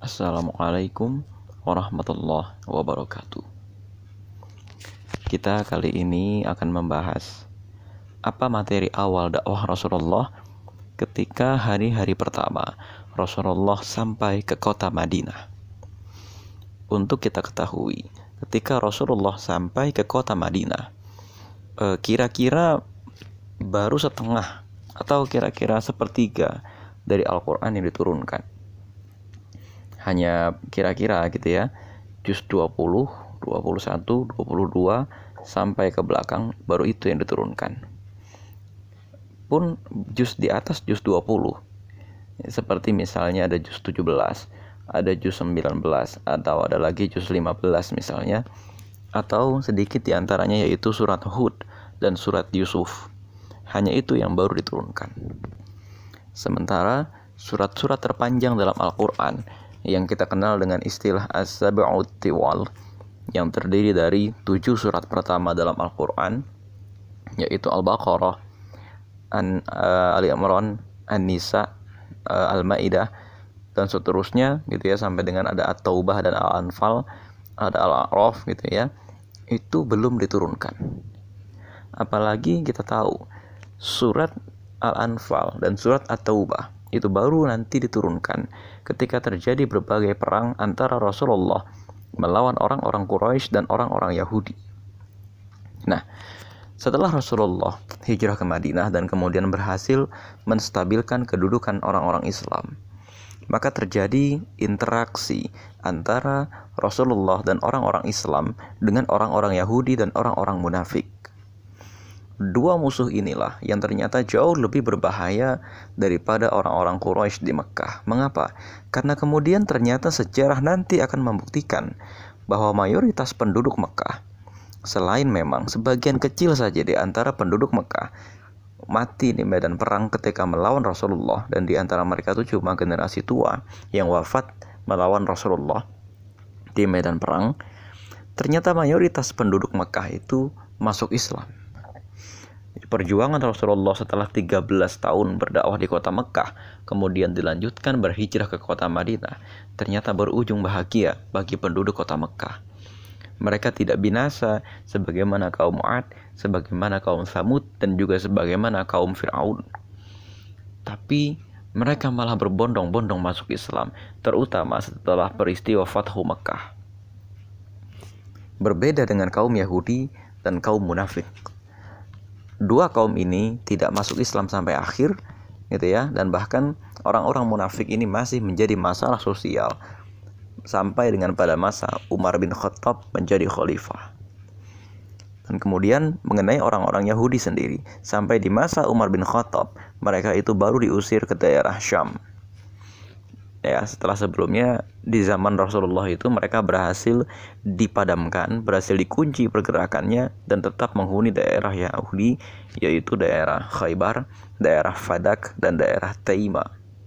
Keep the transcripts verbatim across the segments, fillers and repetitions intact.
Assalamualaikum warahmatullahi wabarakatuh. Kita kali ini akan membahas apa materi awal dakwah Rasulullah ketika hari-hari pertama Rasulullah sampai ke kota Madinah. Untuk kita ketahui, ketika Rasulullah sampai ke kota Madinah, eh, kira-kira baru setengah atau kira-kira sepertiga dari Al-Quran yang diturunkan. Hanya kira-kira gitu ya, juz dua puluh, dua puluh satu, dua puluh dua sampai ke belakang baru itu yang diturunkan. Pun juz di atas juz dua puluh, seperti misalnya ada juz tujuh belas, ada juz sembilan belas, atau ada lagi juz lima belas misalnya, atau sedikit diantaranya yaitu surat Hud dan surat Yusuf. Hanya itu yang baru diturunkan. Sementara surat-surat terpanjang dalam Al-Quran yang kita kenal dengan istilah As-Sab'ut Tiwal, yang terdiri dari tujuh surat pertama dalam Al-Quran, yaitu Al-Baqarah, An, uh, Ali Imran, An-Nisa, uh, Al-Ma'idah, dan seterusnya gitu ya, sampai dengan ada At-Taubah dan Al-Anfal, ada Al-A'raf gitu ya. Itu belum diturunkan. Apalagi kita tahu surat Al-Anfal dan surat At-Taubah itu baru nanti diturunkan ketika terjadi berbagai perang antara Rasulullah melawan orang-orang Quraisy dan orang-orang Yahudi. Nah, setelah Rasulullah hijrah ke Madinah dan kemudian berhasil menstabilkan kedudukan orang-orang Islam, maka terjadi interaksi antara Rasulullah dan orang-orang Islam dengan orang-orang Yahudi dan orang-orang munafik. Dua musuh inilah yang ternyata jauh lebih berbahaya daripada orang-orang Quraisy di Mekah. Mengapa? Karena kemudian ternyata sejarah nanti akan membuktikan bahwa mayoritas penduduk Mekah, selain memang sebagian kecil saja di antara penduduk Mekah mati di medan perang ketika melawan Rasulullah, dan di antara mereka itu cuma generasi tua yang wafat melawan Rasulullah di medan perang, ternyata mayoritas penduduk Mekah itu masuk Islam. Perjuangan Rasulullah setelah tiga belas tahun berdakwah di kota Mekah, kemudian dilanjutkan berhijrah ke kota Madinah, ternyata berujung bahagia bagi penduduk kota Mekah. Mereka tidak binasa sebagaimana kaum 'Ad, sebagaimana kaum Tsamud, dan juga sebagaimana kaum Fir'aun. Tapi mereka malah berbondong-bondong masuk Islam, terutama setelah peristiwa Fathu Mekah. Berbeda dengan kaum Yahudi dan kaum munafik. Dua kaum ini tidak masuk Islam sampai akhir gitu ya, dan bahkan orang-orang munafik ini masih menjadi masalah sosial sampai dengan pada masa Umar bin Khattab menjadi khalifah. Dan kemudian mengenai orang-orang Yahudi sendiri, sampai di masa Umar bin Khattab mereka itu baru diusir ke daerah Syam. Ya, setelah sebelumnya di zaman Rasulullah itu mereka berhasil dipadamkan, berhasil dikunci pergerakannya dan tetap menghuni daerah Yahudi, yaitu daerah Khaybar, daerah Fadak, dan daerah Taima.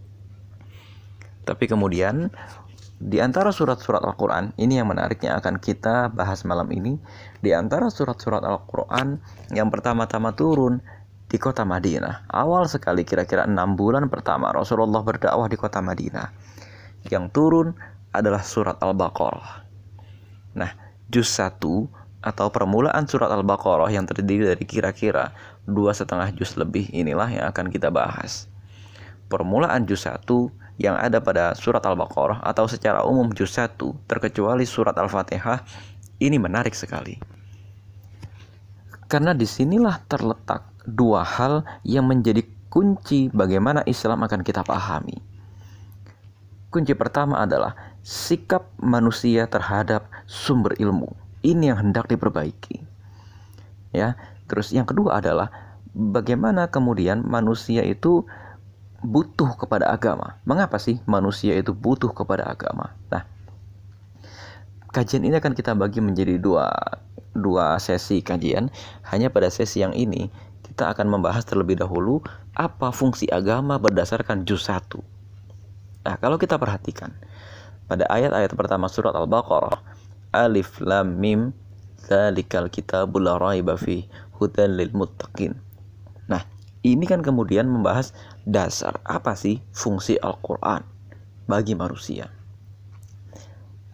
Tapi kemudian di antara surat-surat Al-Quran, ini yang menariknya akan kita bahas malam ini. Di antara surat-surat Al-Quran yang pertama-tama turun di kota Madinah, awal sekali, kira-kira enam bulan pertama Rasulullah berdakwah di kota Madinah, yang turun adalah surat Al-Baqarah. Nah, juz satu atau permulaan surat Al-Baqarah yang terdiri dari kira-kira dua setengah juz lebih, inilah yang akan kita bahas. Permulaan juz satu yang ada pada surat Al-Baqarah, atau secara umum juz satu, terkecuali surat Al-Fatihah, ini menarik sekali. Karena disinilah terletak dua hal yang menjadi kunci bagaimana Islam akan kita pahami. Kunci pertama adalah sikap manusia terhadap sumber ilmu. Ini yang hendak diperbaiki. Ya, terus yang kedua adalah bagaimana kemudian manusia itu butuh kepada agama. Mengapa sih manusia itu butuh kepada agama? Nah, kajian ini akan kita bagi menjadi dua dua sesi kajian. Hanya pada sesi yang ini kita akan membahas terlebih dahulu apa fungsi agama berdasarkan juz satu. Nah, kalau kita perhatikan pada ayat-ayat pertama surat Al-Baqarah, Alif Lam Mim, Dzalikal kitabul la raiba fihi hudan lil muttaqin. Nah, ini kan kemudian membahas dasar apa sih fungsi Al-Quran bagi manusia.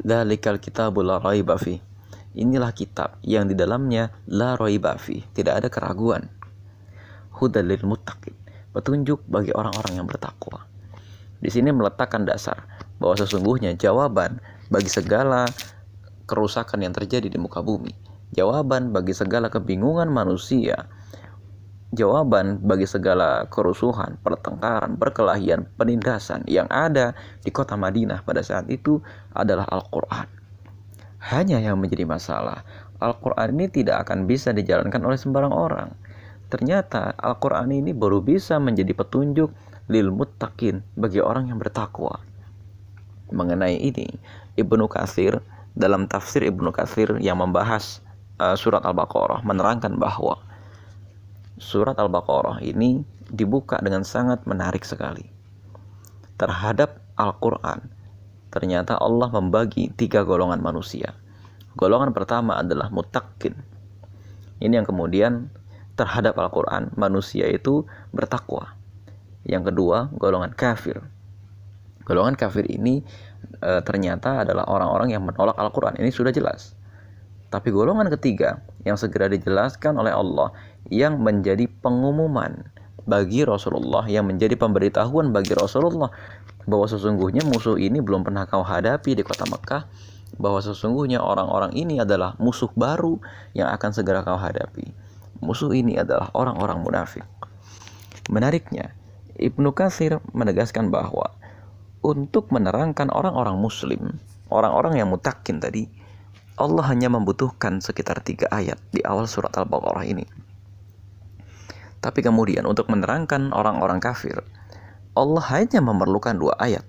Dzalikal kitabul la raiba fi. Inilah kitab yang di dalamnya la raiba fi, tidak ada keraguan. Hudal lil muttaqin, petunjuk bagi orang-orang yang bertakwa. Di sini meletakkan dasar bahwa sesungguhnya jawaban bagi segala kerusakan yang terjadi di muka bumi, jawaban bagi segala kebingungan manusia, jawaban bagi segala kerusuhan, pertengkaran, perkelahian, penindasan yang ada di kota Madinah pada saat itu adalah Al-Quran. Hanya yang menjadi masalah, Al-Quran ini tidak akan bisa dijalankan oleh sembarang orang. Ternyata Al-Quran ini baru bisa menjadi petunjuk lil muttaqin, bagi orang yang bertakwa. Mengenai ini, Ibnu Katsir dalam tafsir Ibnu Katsir yang membahas uh, surat Al-Baqarah menerangkan bahwa surat Al-Baqarah ini dibuka dengan sangat menarik sekali. Terhadap Al-Quran, ternyata Allah membagi tiga golongan manusia. Golongan pertama adalah muttaqin. Ini yang kemudian terhadap Al-Quran, manusia itu bertakwa. Yang kedua, golongan kafir. Golongan kafir ini e, ternyata adalah orang-orang yang menolak Al-Quran. Ini sudah jelas. Tapi golongan ketiga yang segera dijelaskan oleh Allah, yang menjadi pengumuman bagi Rasulullah, yang menjadi pemberitahuan bagi Rasulullah bahwa sesungguhnya musuh ini belum pernah kau hadapi di kota Mekah, bahwa sesungguhnya orang-orang ini adalah musuh baru yang akan segera kau hadapi. Musuh ini adalah orang-orang munafik. Menariknya, Ibnu Katsir menegaskan bahwa untuk menerangkan orang-orang muslim, orang-orang yang muttaqin tadi, Allah hanya membutuhkan sekitar tiga ayat di awal surat Al-Baqarah ini. Tapi kemudian untuk menerangkan orang-orang kafir, Allah hanya memerlukan dua ayat.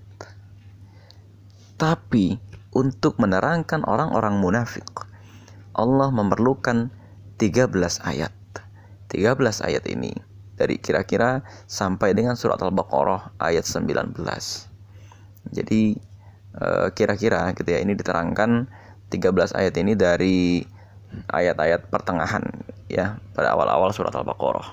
Tapi untuk menerangkan orang-orang munafik, Allah memerlukan tiga belas ayat. tiga belas ayat ini dari kira-kira sampai dengan surat Al-Baqarah ayat sembilan belas. Jadi e, kira-kira gitu ya, ini diterangkan tiga belas ayat ini dari ayat-ayat pertengahan ya, pada awal-awal surat Al-Baqarah.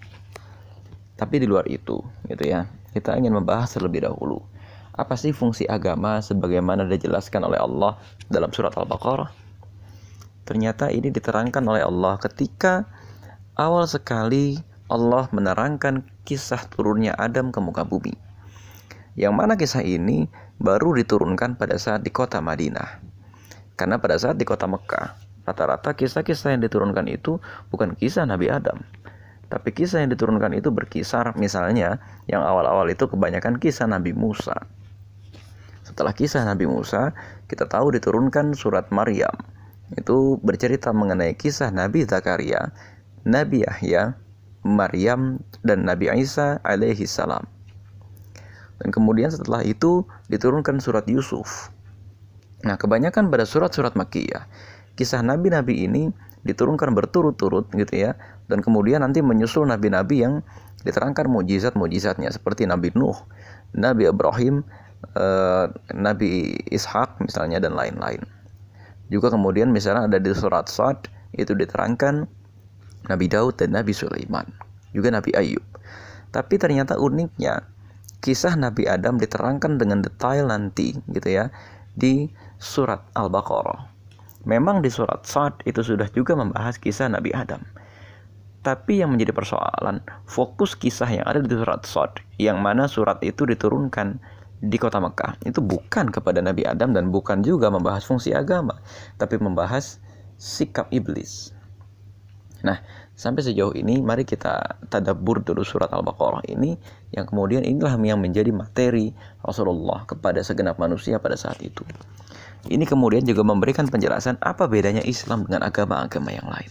Tapi di luar itu gitu ya, kita ingin membahas terlebih dahulu apa sih fungsi agama sebagaimana dijelaskan oleh Allah dalam surat Al-Baqarah. Ternyata ini diterangkan oleh Allah ketika awal sekali Allah menerangkan kisah turunnya Adam ke muka bumi. Yang mana kisah ini baru diturunkan pada saat di kota Madinah. Karena pada saat di kota Mekah, rata-rata kisah-kisah yang diturunkan itu bukan kisah Nabi Adam. Tapi kisah yang diturunkan itu berkisar, misalnya yang awal-awal itu kebanyakan kisah Nabi Musa. Setelah kisah Nabi Musa, kita tahu diturunkan surat Maryam. Itu bercerita mengenai kisah Nabi Zakaria, Nabi Yahya, Maryam, dan Nabi Isa alaihi salam. Dan kemudian setelah itu diturunkan surat Yusuf. Nah, kebanyakan pada surat-surat Makkiyah, kisah nabi-nabi ini diturunkan berturut-turut gitu ya. Dan kemudian nanti menyusul nabi-nabi yang diterangkan mukjizat-mukjizatnya seperti Nabi Nuh, Nabi Ibrahim, eh, Nabi Ishak misalnya, dan lain-lain. Juga kemudian misalnya ada di surat Sad itu diterangkan Nabi Daud dan Nabi Sulaiman, juga Nabi Ayub. Tapi ternyata uniknya kisah Nabi Adam diterangkan dengan detail nanti gitu ya di surat Al-Baqarah. Memang di surat Sad itu sudah juga membahas kisah Nabi Adam. Tapi yang menjadi persoalan, fokus kisah yang ada di surat Sad, yang mana surat itu diturunkan di kota Mekah, itu bukan kepada Nabi Adam dan bukan juga membahas fungsi agama, tapi membahas sikap iblis. Nah, sampai sejauh ini mari kita tadabbur dulu surat Al-Baqarah ini, yang kemudian inilah yang menjadi materi Rasulullah kepada segenap manusia pada saat itu. Ini kemudian juga memberikan penjelasan apa bedanya Islam dengan agama-agama yang lain.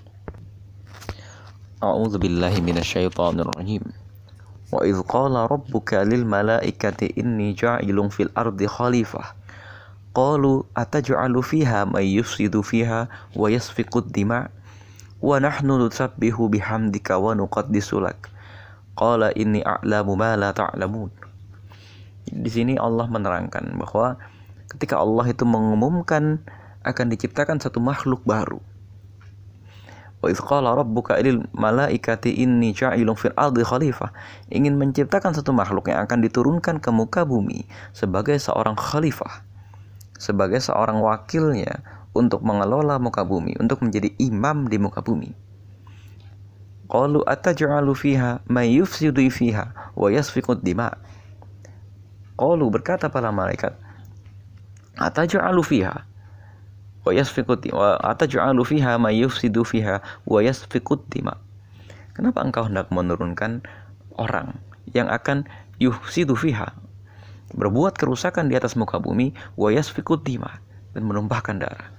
A'udzubillahi minasyaitonirrajim. Wa idz qala rabbuka lil malaikati inni ja'ilun fil ardi khalifah. Qalu ataj'alu fiha may yufsidu fiha wa yasfiku ad-dima' wa nahnu nusabbihu bihamdika wa nuqaddisu lak. Qala inni a'lamu ma la ta'lamun. Di sini Allah menerangkan bahwa ketika Allah itu mengumumkan akan diciptakan satu makhluk baru. Wa idz qala rabbuka lil malaikati inni ja'ilun fil ardi khalifah, ingin menciptakan satu makhluk yang akan diturunkan ke muka bumi sebagai seorang khalifah. sebagai seorang wakilnya untuk mengelola muka bumi, untuk menjadi imam di muka bumi. Qalu ataj'alu fiha may yufsidu fiha wa yasfiku dima. Qalu, berkata para malaikat, ataj'alu fiha wa yasfiku wa ataj'alu fiha may yufsidu fiha wa yasfiku dima. Kenapa engkau hendak menurunkan orang yang akan yufsidu fiha, berbuat kerusakan di atas muka bumi, wa yasfiku dima, dan menumpahkan darah.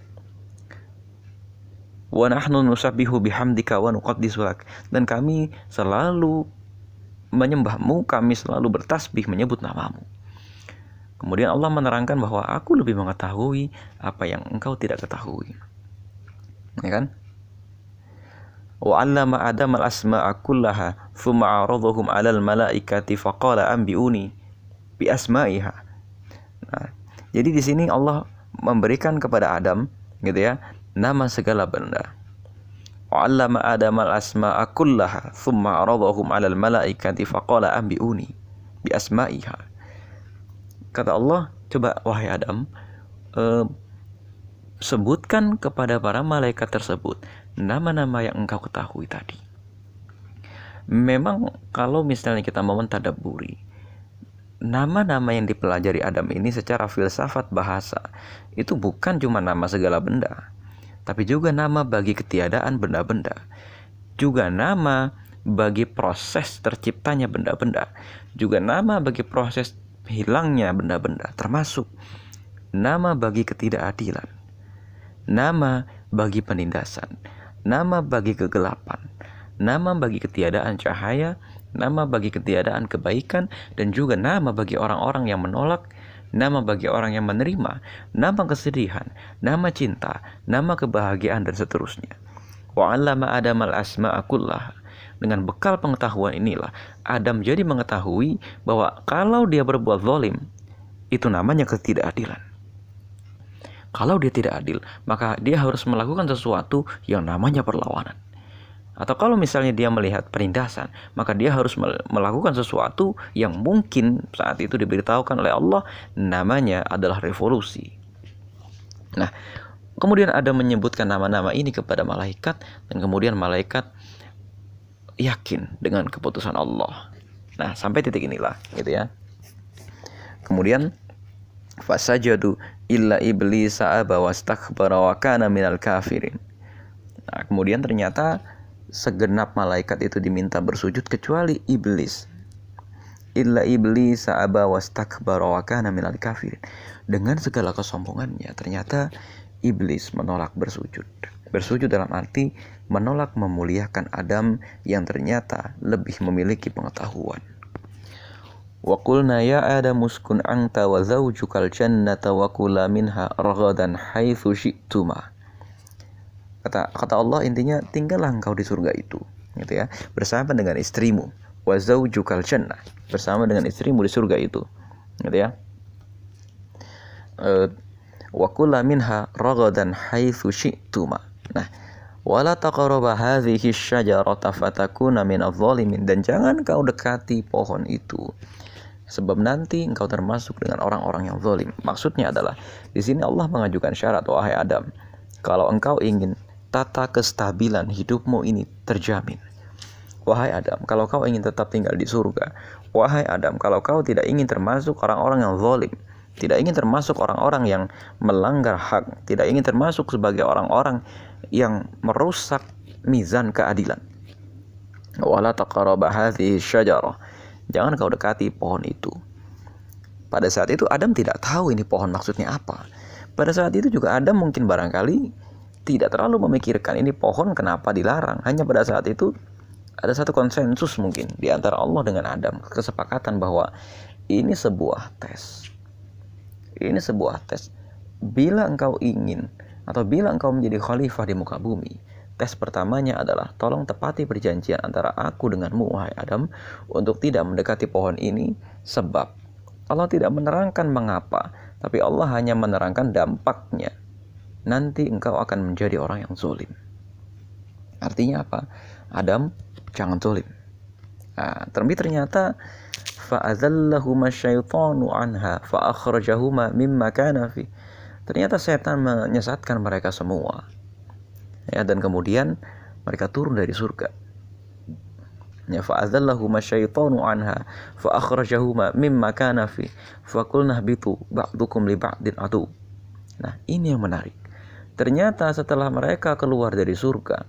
Wa nahnu nusabbihu bihamdika wa nuqaddisu lak, dan kami selalu menyembahmu, kami selalu bertasbih menyebut namamu. Kemudian Allah menerangkan bahwa aku lebih mengetahui apa yang engkau tidak ketahui. Ya kan? Wa 'allama Adam al-asma'a kullaha thumma 'aradahum 'alal malaikati faqala anbi'uni bi asma'iha. Nah, jadi di sini Allah memberikan kepada Adam, gitu ya, nama segala benda. Wa 'allama Adam al-asma'a kullaha thumma 'aradahum 'alal malaikati faqala anbi'uni bi asma'iha. Kata Allah, coba wahai Adam, eh, sebutkan kepada para malaikat tersebut nama-nama yang engkau ketahui tadi. Memang kalau misalnya kita mau mentadabburi nama-nama yang dipelajari Adam ini secara filsafat bahasa, itu bukan cuma nama segala benda, tapi juga nama bagi ketiadaan benda-benda, juga nama bagi proses terciptanya benda-benda, juga nama bagi proses hilangnya benda-benda, termasuk nama bagi ketidakadilan, nama bagi penindasan, nama bagi kegelapan, nama bagi ketiadaan cahaya, nama bagi ketiadaan kebaikan, dan juga nama bagi orang-orang yang menolak, nama bagi orang yang menerima, nama kesedihan, nama cinta, nama kebahagiaan, dan seterusnya. Wa 'allama Adam al-asma'a kullaha. Dengan bekal pengetahuan inilah Adam jadi mengetahui bahwa kalau dia berbuat zalim, itu namanya ketidakadilan. Kalau dia tidak adil, maka dia harus melakukan sesuatu yang namanya perlawanan. Atau kalau misalnya dia melihat penindasan, maka dia harus melakukan sesuatu yang mungkin saat itu diberitahukan oleh Allah, namanya adalah revolusi. Nah, kemudian Adam menyebutkan nama-nama ini kepada malaikat, dan kemudian malaikat yakin dengan keputusan Allah. Nah, sampai titik inilah, gitu ya. Kemudian fasajadu illa iblis aba wastakbara wa kana minal kafirin. Nah, kemudian ternyata segenap malaikat itu diminta bersujud kecuali iblis. Illa iblis aba wastakbara wa kana minal kafirin. Dengan segala kesombongannya, ternyata iblis menolak bersujud. Bersujud dalam arti menolak memuliakan Adam yang ternyata lebih memiliki pengetahuan. Wa qulna ya Adam uskun anta wa zawjukal jannata wa kula minha ragadan haitsu syi'tuma. Kata kata Allah, intinya tinggallah engkau di surga itu, gitu ya, bersama dengan istrimu. Wa zawjukal jannah, bersama dengan istrimu di surga itu, gitu ya. Uh, wa kula minha ragadan haitsu syi'tuma. Nah, wala taqraba hadhihi syajarata fatakuna minadh dhalimin, dan jangan kau dekati pohon itu sebab nanti engkau termasuk dengan orang-orang yang zalim. Maksudnya adalah di sini Allah mengajukan syarat, wahai Adam, kalau engkau ingin tata kestabilan hidupmu ini terjamin, wahai Adam, kalau kau ingin tetap tinggal di surga, wahai Adam, kalau kau tidak ingin termasuk orang-orang yang zalim, tidak ingin termasuk orang-orang yang melanggar hak, tidak ingin termasuk sebagai orang-orang yang merusak mizan keadilan, wala taqraba hadhihi syajarah, jangan kau dekati pohon itu. Pada saat itu Adam tidak tahu ini pohon maksudnya apa. Pada saat itu juga Adam mungkin barangkali tidak terlalu memikirkan ini pohon kenapa dilarang. Hanya pada saat itu ada satu konsensus mungkin di antara Allah dengan Adam, kesepakatan bahwa ini sebuah tes. Ini sebuah tes. Bila engkau ingin atau bila engkau menjadi khalifah di muka bumi, tes pertamanya adalah tolong tepati perjanjian antara aku denganmu, wahai Adam, untuk tidak mendekati pohon ini, sebab Allah tidak menerangkan mengapa, tapi Allah hanya menerangkan dampaknya. Nanti engkau akan menjadi orang yang zalim. Artinya apa? Adam, jangan zalim. Nah, tapi ternyata fa'adzallahuma syaitanu anha fa'akhrajahuma mimma kana fi. Ternyata setan menyesatkan mereka semua. Ya, dan kemudian mereka turun dari surga. Ya, fa'azallahuma syaitanu anha fa akhrajahuma mimma kana fi fa qulna ihbitu ba'dukum li ba'din adu. Nah, ini yang menarik. Ternyata setelah mereka keluar dari surga,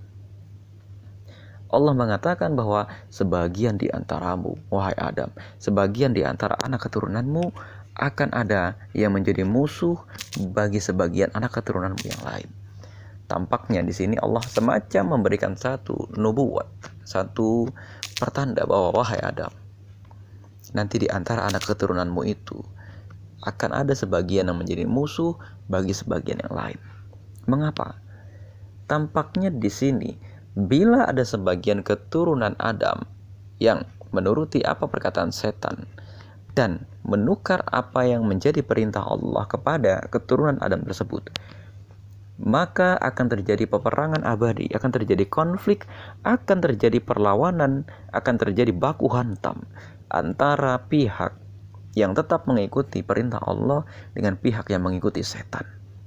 Allah mengatakan bahwa sebagian di antaramu, wahai Adam, sebagian di antara anak keturunanmu akan ada yang menjadi musuh bagi sebagian anak keturunanmu yang lain. Tampaknya di sini Allah semacam memberikan satu nubuat, satu pertanda bahwa wahai Adam, nanti di antara anak keturunanmu itu akan ada sebagian yang menjadi musuh bagi sebagian yang lain. Mengapa? Tampaknya di sini bila ada sebagian keturunan Adam yang menuruti apa perkataan setan dan menukar apa yang menjadi perintah Allah kepada keturunan Adam tersebut, maka akan terjadi peperangan abadi, akan terjadi konflik, akan terjadi perlawanan, akan terjadi baku hantam antara pihak yang tetap mengikuti perintah Allah dengan pihak yang mengikuti setan.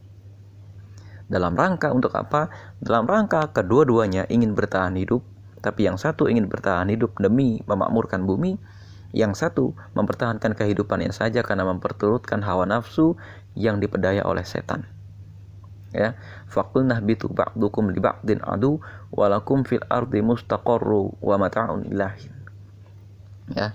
Dalam rangka untuk apa? Dalam rangka kedua-duanya ingin bertahan hidup, tapi yang satu ingin bertahan hidup demi memakmurkan bumi, yang satu mempertahankan kehidupannya saja karena memperturutkan hawa nafsu yang dipedaya oleh setan. Ya, faqulna bitu ba'dukum li ba'din adu walakum fil ardi mustaqarru wa mata'un ilahin. Ya.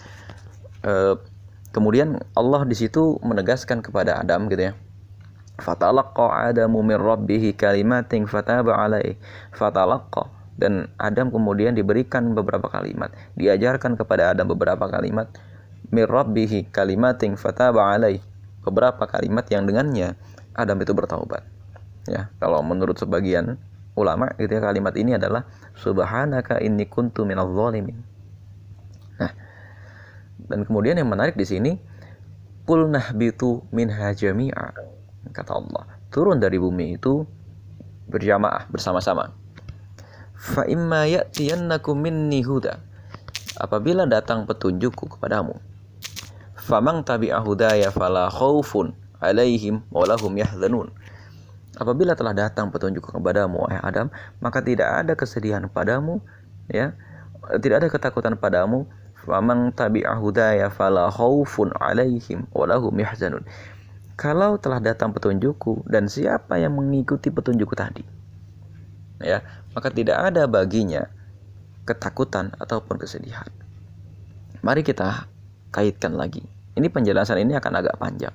E, kemudian Allah di situ menegaskan kepada Adam gitu ya. Fatalaqqa Adamu min rabbih kalimatin fataba alaihi. Fatalaqqa, dan Adam kemudian diberikan beberapa kalimat, diajarkan kepada Adam beberapa kalimat, min rabbih kalimatin fataba alaihi, beberapa kalimat yang dengannya Adam itu bertaubat. Ya, kalau menurut sebagian ulama gitu ya, kalimat ini adalah subhanaka inni kuntu minadz zalimin. Nah, dan kemudian yang menarik di sini, qul nahbitu minha jami'a, kata Allah, turun dari bumi itu berjamaah, bersama-sama. Fa imma ya'tiyannakum minni huda, apabila datang petunjukku kepadamu, famang tabi'a hudaya fala khaufun alaihim wa lahum yahzanun. Apabila telah datang petunjuk kepadamu, wahai Adam, maka tidak ada kesedihan padamu, ya, tidak ada ketakutan padamu. Famang tabi'a hudaya fala khaufun alaihim wa lahum yahzanun. Kalau telah datang petunjukku dan siapa yang mengikuti petunjukku tadi, ya, maka tidak ada baginya ketakutan ataupun kesedihan. Mari kita kaitkan lagi. Ini penjelasan ini akan agak panjang.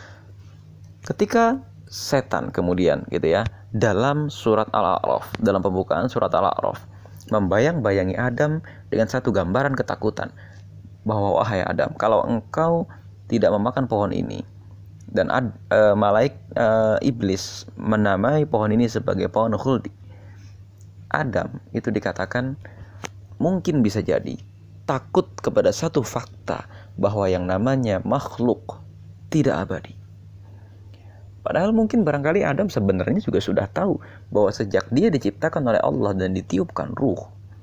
Ketika setan kemudian gitu ya, dalam surat Al-A'raf, dalam pembukaan surat Al-A'raf, membayang-bayangi Adam dengan satu gambaran ketakutan bahwa wahai Adam, kalau engkau tidak memakan pohon ini, dan ad, e, malaik e, iblis menamai pohon ini sebagai pohon khuldi, Adam itu dikatakan mungkin bisa jadi takut kepada satu fakta bahwa yang namanya makhluk tidak abadi. Padahal mungkin barangkali Adam sebenarnya juga sudah tahu bahwa sejak dia diciptakan oleh Allah dan ditiupkan ruh,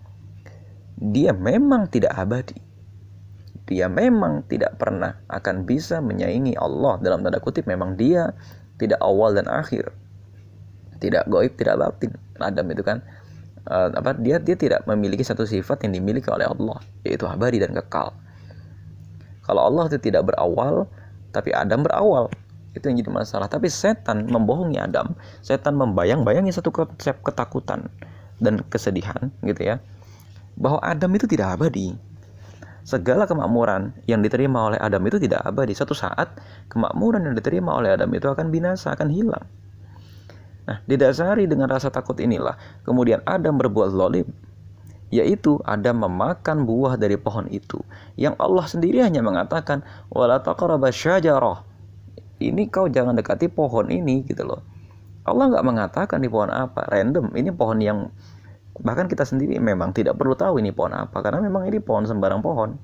dia memang tidak abadi. Dia memang tidak pernah akan bisa menyaingi Allah, dalam tanda kutip memang dia tidak awal dan akhir, tidak gaib, tidak batin. Adam itu kan uh, apa dia dia tidak memiliki satu sifat yang dimiliki oleh Allah, yaitu abadi dan kekal. Kalau Allah itu tidak berawal, tapi Adam berawal, itu yang jadi masalah. Tapi setan membohongi Adam, setan membayang-bayangi satu konsep ketakutan dan kesedihan gitu ya, bahwa Adam itu tidak abadi. Segala kemakmuran yang diterima oleh Adam itu tidak abadi. Satu saat kemakmuran yang diterima oleh Adam itu akan binasa, akan hilang. Nah, didasari dengan rasa takut inilah kemudian Adam berbuat zalim, yaitu Adam memakan buah dari pohon itu yang Allah sendiri hanya mengatakan wala taqrabas syajarah, ini kau jangan dekati pohon ini gitu loh. Allah nggak mengatakan di pohon apa, random. Ini pohon yang bahkan kita sendiri memang tidak perlu tahu ini pohon apa, karena memang ini pohon sembarang pohon.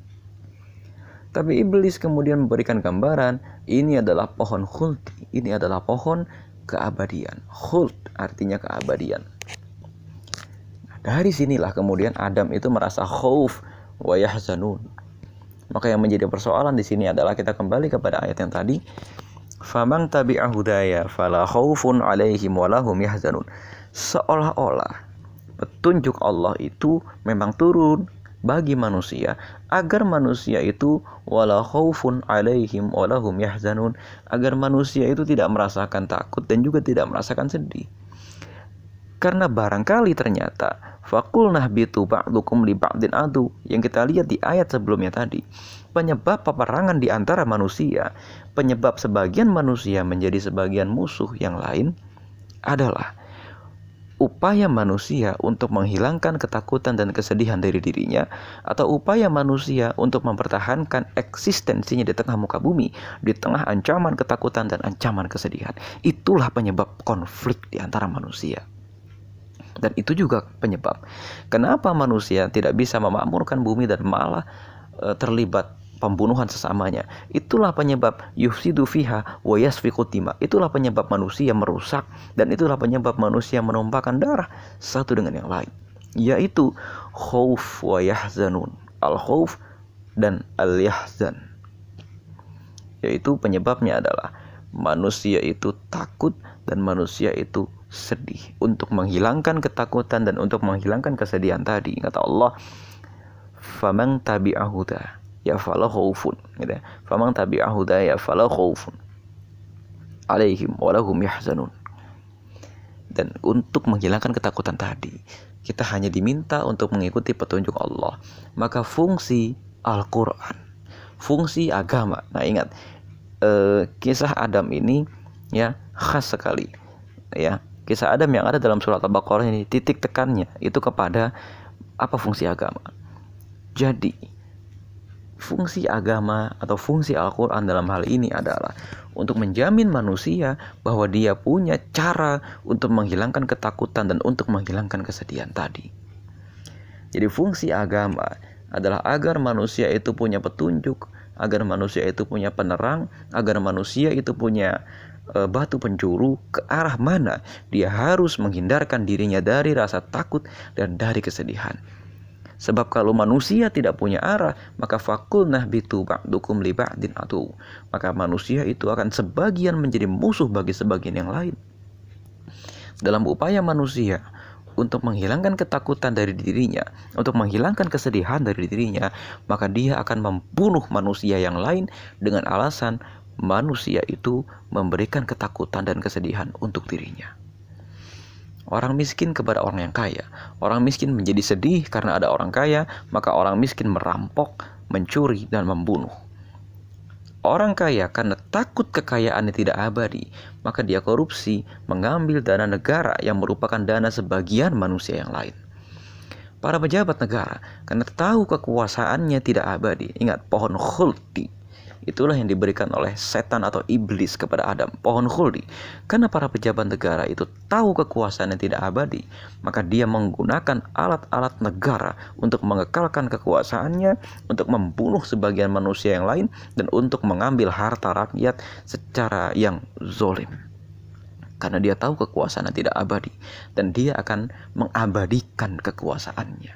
Tapi iblis kemudian memberikan gambaran, ini adalah pohon khuld, ini adalah pohon keabadian. Khuld artinya keabadian. Nah, dari sinilah kemudian Adam itu merasa khauf wa yahzanun. Maka yang menjadi persoalan di sini adalah kita kembali kepada ayat yang tadi, Faman tabi'a hudaya fala khaufun 'alaihim walahum yahzanun. Seolah-olah petunjuk Allah itu memang turun bagi manusia agar manusia itu wala khaufun 'alaihim walahum yahzanun, agar manusia itu tidak merasakan takut dan juga tidak merasakan sedih. Karena barangkali ternyata faqulnah bitu ba'dukum li ba'din adu, yang kita lihat di ayat sebelumnya tadi, penyebab peperangan di antara manusia, penyebab sebagian manusia menjadi sebagian musuh yang lain adalah upaya manusia untuk menghilangkan ketakutan dan kesedihan dari dirinya, atau upaya manusia untuk mempertahankan eksistensinya di tengah muka bumi, di tengah ancaman ketakutan dan ancaman kesedihan. Itulah penyebab konflik di antara manusia. Dan itu juga penyebab kenapa manusia tidak bisa memakmurkan bumi dan malah e, terlibat pembunuhan sesamanya. Itulah penyebab yufsidu fiha wa yasfiku dima. Itulah penyebab manusia merusak, dan itulah penyebab manusia menumpahkan darah satu dengan yang lain, yaitu khauf wa yahzanun. Al-khauf dan al-yahzan, yaitu penyebabnya adalah manusia itu takut dan manusia itu sedih. Untuk menghilangkan ketakutan dan untuk menghilangkan kesedihan tadi, kata Allah, faman tabi'a huda ya fala khaufun, gitu ya. Faman tabi'a huda ya fala khaufun 'alaihim wa lahum yahzanun. Dan untuk menghilangkan ketakutan tadi, kita hanya diminta untuk mengikuti petunjuk Allah. Maka fungsi Al-Qur'an, fungsi agama. Nah, ingat eh, kisah Adam ini ya khas sekali, ya. Kisah Adam yang ada dalam surat Al-Baqarah ini, titik tekannya itu kepada apa fungsi agama. Jadi fungsi agama atau fungsi Al-Quran dalam hal ini adalah untuk menjamin manusia bahwa dia punya cara untuk menghilangkan ketakutan dan untuk menghilangkan kesedihan tadi. Jadi fungsi agama adalah agar manusia itu punya petunjuk, agar manusia itu punya penerang, agar manusia itu punya e, batu penjuru ke arah mana dia harus menghindarkan dirinya dari rasa takut dan dari kesedihan. Sebab kalau manusia tidak punya arah, maka faqulnah bitu ba'dukum li ba'din adu. Maka manusia itu akan sebagian menjadi musuh bagi sebagian yang lain. Dalam upaya manusia untuk menghilangkan ketakutan dari dirinya, untuk menghilangkan kesedihan dari dirinya, maka dia akan membunuh manusia yang lain dengan alasan manusia itu memberikan ketakutan dan kesedihan untuk dirinya. Orang miskin kepada orang yang kaya. Orang miskin menjadi sedih karena ada orang kaya, maka orang miskin merampok, mencuri, dan membunuh. Orang kaya karena takut kekayaannya tidak abadi, maka dia korupsi, mengambil dana negara yang merupakan dana sebagian manusia yang lain. Para pejabat negara karena tahu kekuasaannya tidak abadi. Ingat, pohon khuldi itulah yang diberikan oleh setan atau iblis kepada Adam, pohon khuldi. Karena para pejabat negara itu tahu kekuasaannya tidak abadi, maka dia menggunakan alat-alat negara untuk mengekalkan kekuasaannya, untuk membunuh sebagian manusia yang lain, dan untuk mengambil harta rakyat secara yang zolim. Karena dia tahu kekuasaannya tidak abadi, dan dia akan mengabadikan kekuasaannya.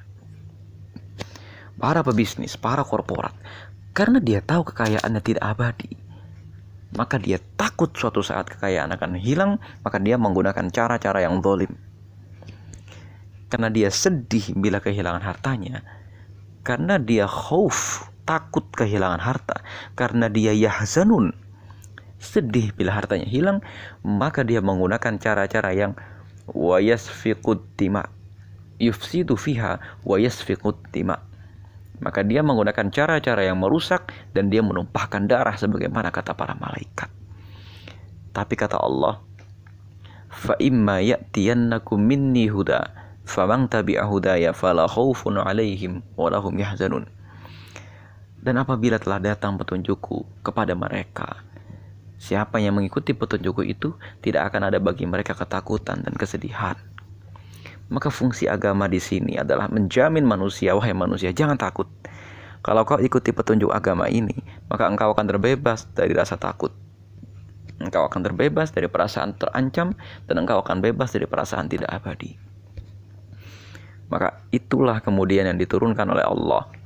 Para pebisnis, para korporat, karena dia tahu kekayaannya tidak abadi, maka dia takut suatu saat kekayaan akan hilang, maka dia menggunakan cara-cara yang zalim. Karena dia sedih bila kehilangan hartanya, karena dia khauf, takut kehilangan harta, karena dia yahzanun, sedih bila hartanya hilang, maka dia menggunakan cara-cara yang wa yasfiqud dima, yufsidu fiha wa yasfiqud dima. Maka dia menggunakan cara-cara yang merusak dan dia menumpahkan darah sebagaimana kata para malaikat. Tapi kata Allah, fa imma ya'tiyannakum minni huda faman tabi'a hudaya fala khaufun 'alaihim wa lahum yahzanun. Dan apabila telah datang petunjukku kepada mereka, siapa yang mengikuti petunjukku itu tidak akan ada bagi mereka ketakutan dan kesedihan. Maka fungsi agama di sini adalah menjamin manusia, wahai manusia, jangan takut. Kalau kau ikuti petunjuk agama ini, maka engkau akan terbebas dari rasa takut. Engkau akan terbebas dari perasaan terancam, dan engkau akan bebas dari perasaan tidak abadi. Maka itulah kemudian yang diturunkan oleh Allah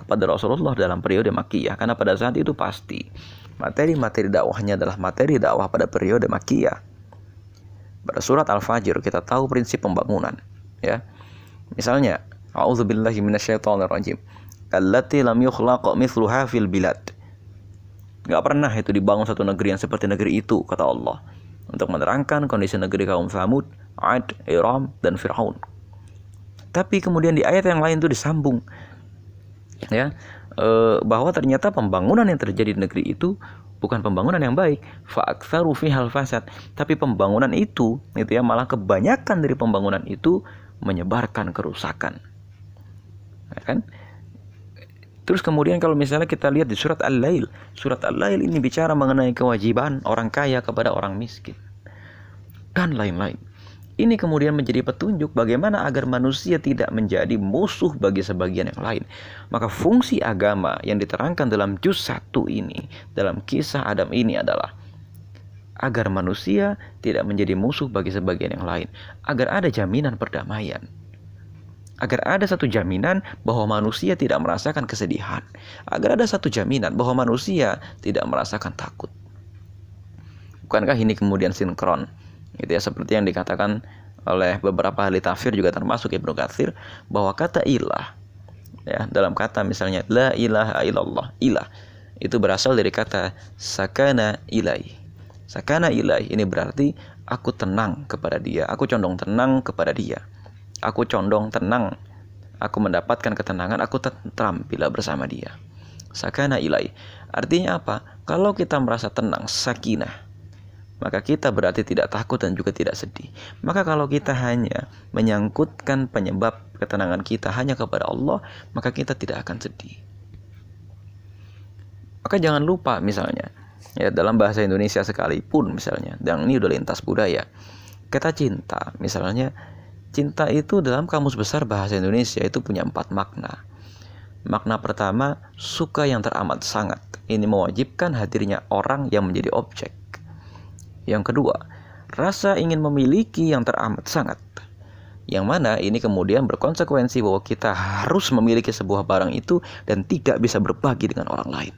pada Rasulullah dalam periode Makkiyah, karena pada saat itu pasti materi-materi dakwahnya adalah materi dakwah pada periode Makkiyah. Pada surat Al-Fajr kita tahu prinsip pembangunan, ya. Misalnya, a'udzubillahi minasyaitonirrajim. Allati lam yukhlaq mithluha fil bilad. Gak pernah itu dibangun satu negeri yang seperti negeri itu, kata Allah, untuk menerangkan kondisi negeri kaum Thamud, 'Ad, Iram, dan Fir'aun. Tapi kemudian di ayat yang lain itu disambung, ya, e, bahwa ternyata pembangunan yang terjadi di negeri itu bukan pembangunan yang baik, fa'aktsaru fihal fasad, tapi pembangunan itu itu ya malah kebanyakan dari pembangunan itu menyebarkan kerusakan. Ya kan? Terus kemudian kalau misalnya kita lihat di surat Al-Lail, surat Al-Lail ini bicara mengenai kewajiban orang kaya kepada orang miskin dan lain-lain. Ini kemudian menjadi petunjuk bagaimana agar manusia tidak menjadi musuh bagi sebagian yang lain. Maka fungsi agama yang diterangkan dalam juz satu ini, dalam kisah Adam ini adalah agar manusia tidak menjadi musuh bagi sebagian yang lain, agar ada jaminan perdamaian, agar ada satu jaminan bahwa manusia tidak merasakan kesedihan, agar ada satu jaminan bahwa manusia tidak merasakan takut. Bukankah ini kemudian sinkron? Gitu ya, seperti yang dikatakan oleh beberapa ahli tafsir juga termasuk Ibnu Katsir, bahwa kata ilah, ya, dalam kata misalnya la ilaha illallah, ilah itu berasal dari kata sakana ilai. Sakana ilai ini berarti aku tenang kepada dia, aku condong tenang kepada dia, aku condong tenang, aku mendapatkan ketenangan, aku tentram bila bersama dia. Sakana ilai artinya apa? Kalau kita merasa tenang, sakinah, maka kita berarti tidak takut dan juga tidak sedih. Maka kalau kita hanya menyangkutkan penyebab ketenangan kita hanya kepada Allah, maka kita tidak akan sedih. Maka jangan lupa misalnya, ya, dalam bahasa Indonesia sekalipun misalnya, dan ini udah lintas budaya, kata cinta misalnya, cinta itu dalam Kamus Besar Bahasa Indonesia itu punya empat makna. Makna pertama, suka yang teramat sangat. Ini mewajibkan hadirnya orang yang menjadi objek. Yang kedua, rasa ingin memiliki yang teramat sangat, yang mana ini kemudian berkonsekuensi bahwa kita harus memiliki sebuah barang itu dan tidak bisa berbagi dengan orang lain.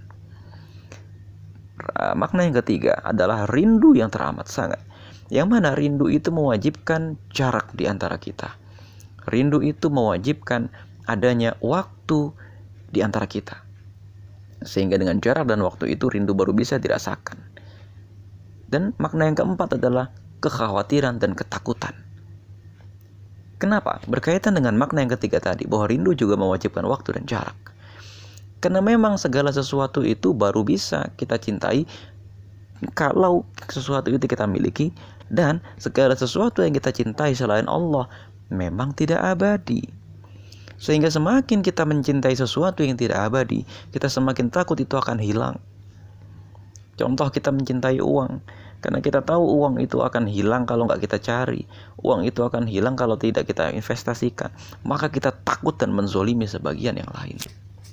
Makna yang ketiga adalah rindu yang teramat sangat, yang mana rindu itu mewajibkan jarak di antara kita. Rindu itu mewajibkan adanya waktu di antara kita, sehingga dengan jarak dan waktu itu rindu baru bisa dirasakan. Dan makna yang keempat adalah kekhawatiran dan ketakutan. Kenapa? Berkaitan dengan makna yang ketiga tadi, bahwa rindu juga mewajibkan waktu dan jarak. Karena memang segala sesuatu itu baru bisa kita cintai kalau sesuatu itu kita miliki, dan segala sesuatu yang kita cintai selain Allah memang tidak abadi. Sehingga semakin kita mencintai sesuatu yang tidak abadi, kita semakin takut itu akan hilang. Contoh, kita mencintai uang, karena kita tahu uang itu akan hilang kalau nggak kita cari. Uang itu akan hilang kalau tidak kita investasikan. Maka kita takut dan menzolimi sebagian yang lain.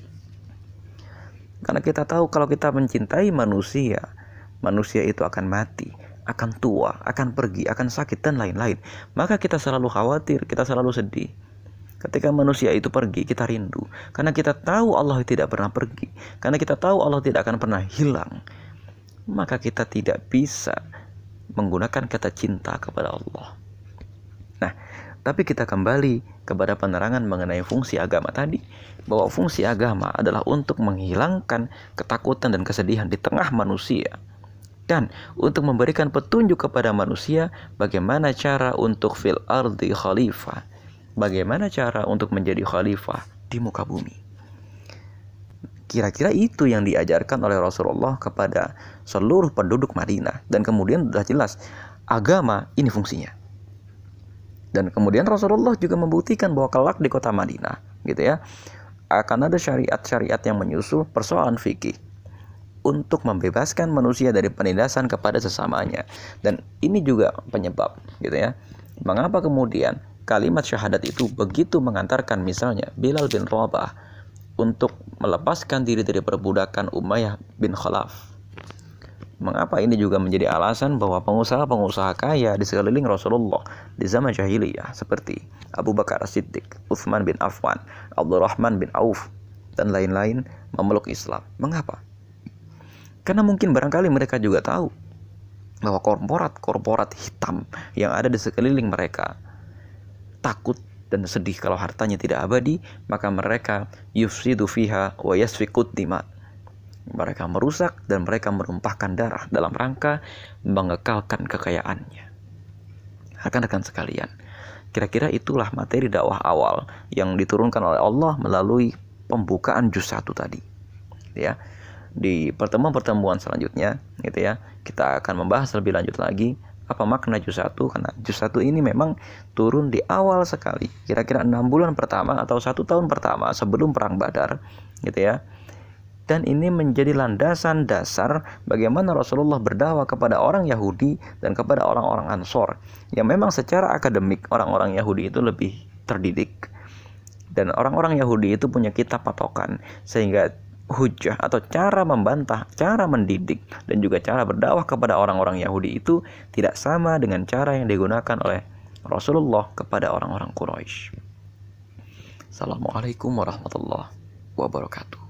Karena kita tahu kalau kita mencintai manusia, manusia itu akan mati, akan tua, akan pergi, akan sakit, dan lain-lain. Maka kita selalu khawatir, kita selalu sedih. Ketika manusia itu pergi, kita rindu. Karena kita tahu Allah tidak pernah pergi. Karena kita tahu Allah tidak akan pernah hilang. Maka kita tidak bisa menggunakan kata cinta kepada Allah. Nah, tapi kita kembali kepada penerangan mengenai fungsi agama tadi, bahwa fungsi agama adalah untuk menghilangkan ketakutan dan kesedihan di tengah manusia, dan untuk memberikan petunjuk kepada manusia bagaimana cara untuk fil ardi khalifah, bagaimana cara untuk menjadi khalifah di muka bumi. Kira-kira itu yang diajarkan oleh Rasulullah kepada seluruh penduduk Madinah. Dan kemudian sudah jelas, agama ini fungsinya. Dan kemudian Rasulullah juga membuktikan bahwa kelak di kota Madinah, gitu ya, akan ada syariat-syariat yang menyusul persoalan fikih untuk membebaskan manusia dari penindasan kepada sesamanya. Dan ini juga penyebab, gitu ya, mengapa kemudian kalimat syahadat itu begitu mengantarkan misalnya Bilal bin Rabah untuk melepaskan diri dari perbudakan Umayyah bin Khalaf. Mengapa ini juga menjadi alasan bahwa pengusaha-pengusaha kaya di sekeliling Rasulullah di zaman jahiliyah seperti Abu Bakar As-Siddiq, Utsman bin Affan, Abdurrahman bin Auf, dan lain-lain memeluk Islam. Mengapa? Karena mungkin barangkali mereka juga tahu bahwa korporat-korporat hitam yang ada di sekeliling mereka takut dan sedih kalau hartanya tidak abadi, maka mereka yufsidu fiha wa yasfikud dima. Mereka merusak dan mereka menumpahkan darah dalam rangka mengekalkan kekayaannya. Rekan-rekan sekalian, kira-kira itulah materi dakwah awal yang diturunkan oleh Allah melalui pembukaan juz satu tadi. Ya. Di pertemuan-pertemuan selanjutnya gitu ya, kita akan membahas lebih lanjut lagi apa makna juz satu, karena juz satu ini memang turun di awal sekali, kira-kira enam bulan pertama atau satu tahun pertama sebelum perang Badar gitu ya. Dan ini menjadi landasan dasar bagaimana Rasulullah berdakwah kepada orang Yahudi dan kepada orang-orang Ansor yang memang secara akademik orang-orang Yahudi itu lebih terdidik dan orang-orang Yahudi itu punya kitab patokan, sehingga hujah atau cara membantah, cara mendidik dan juga cara berdakwah kepada orang-orang Yahudi itu tidak sama dengan cara yang digunakan oleh Rasulullah kepada orang-orang Quraisy. Assalamualaikum warahmatullahi wabarakatuh.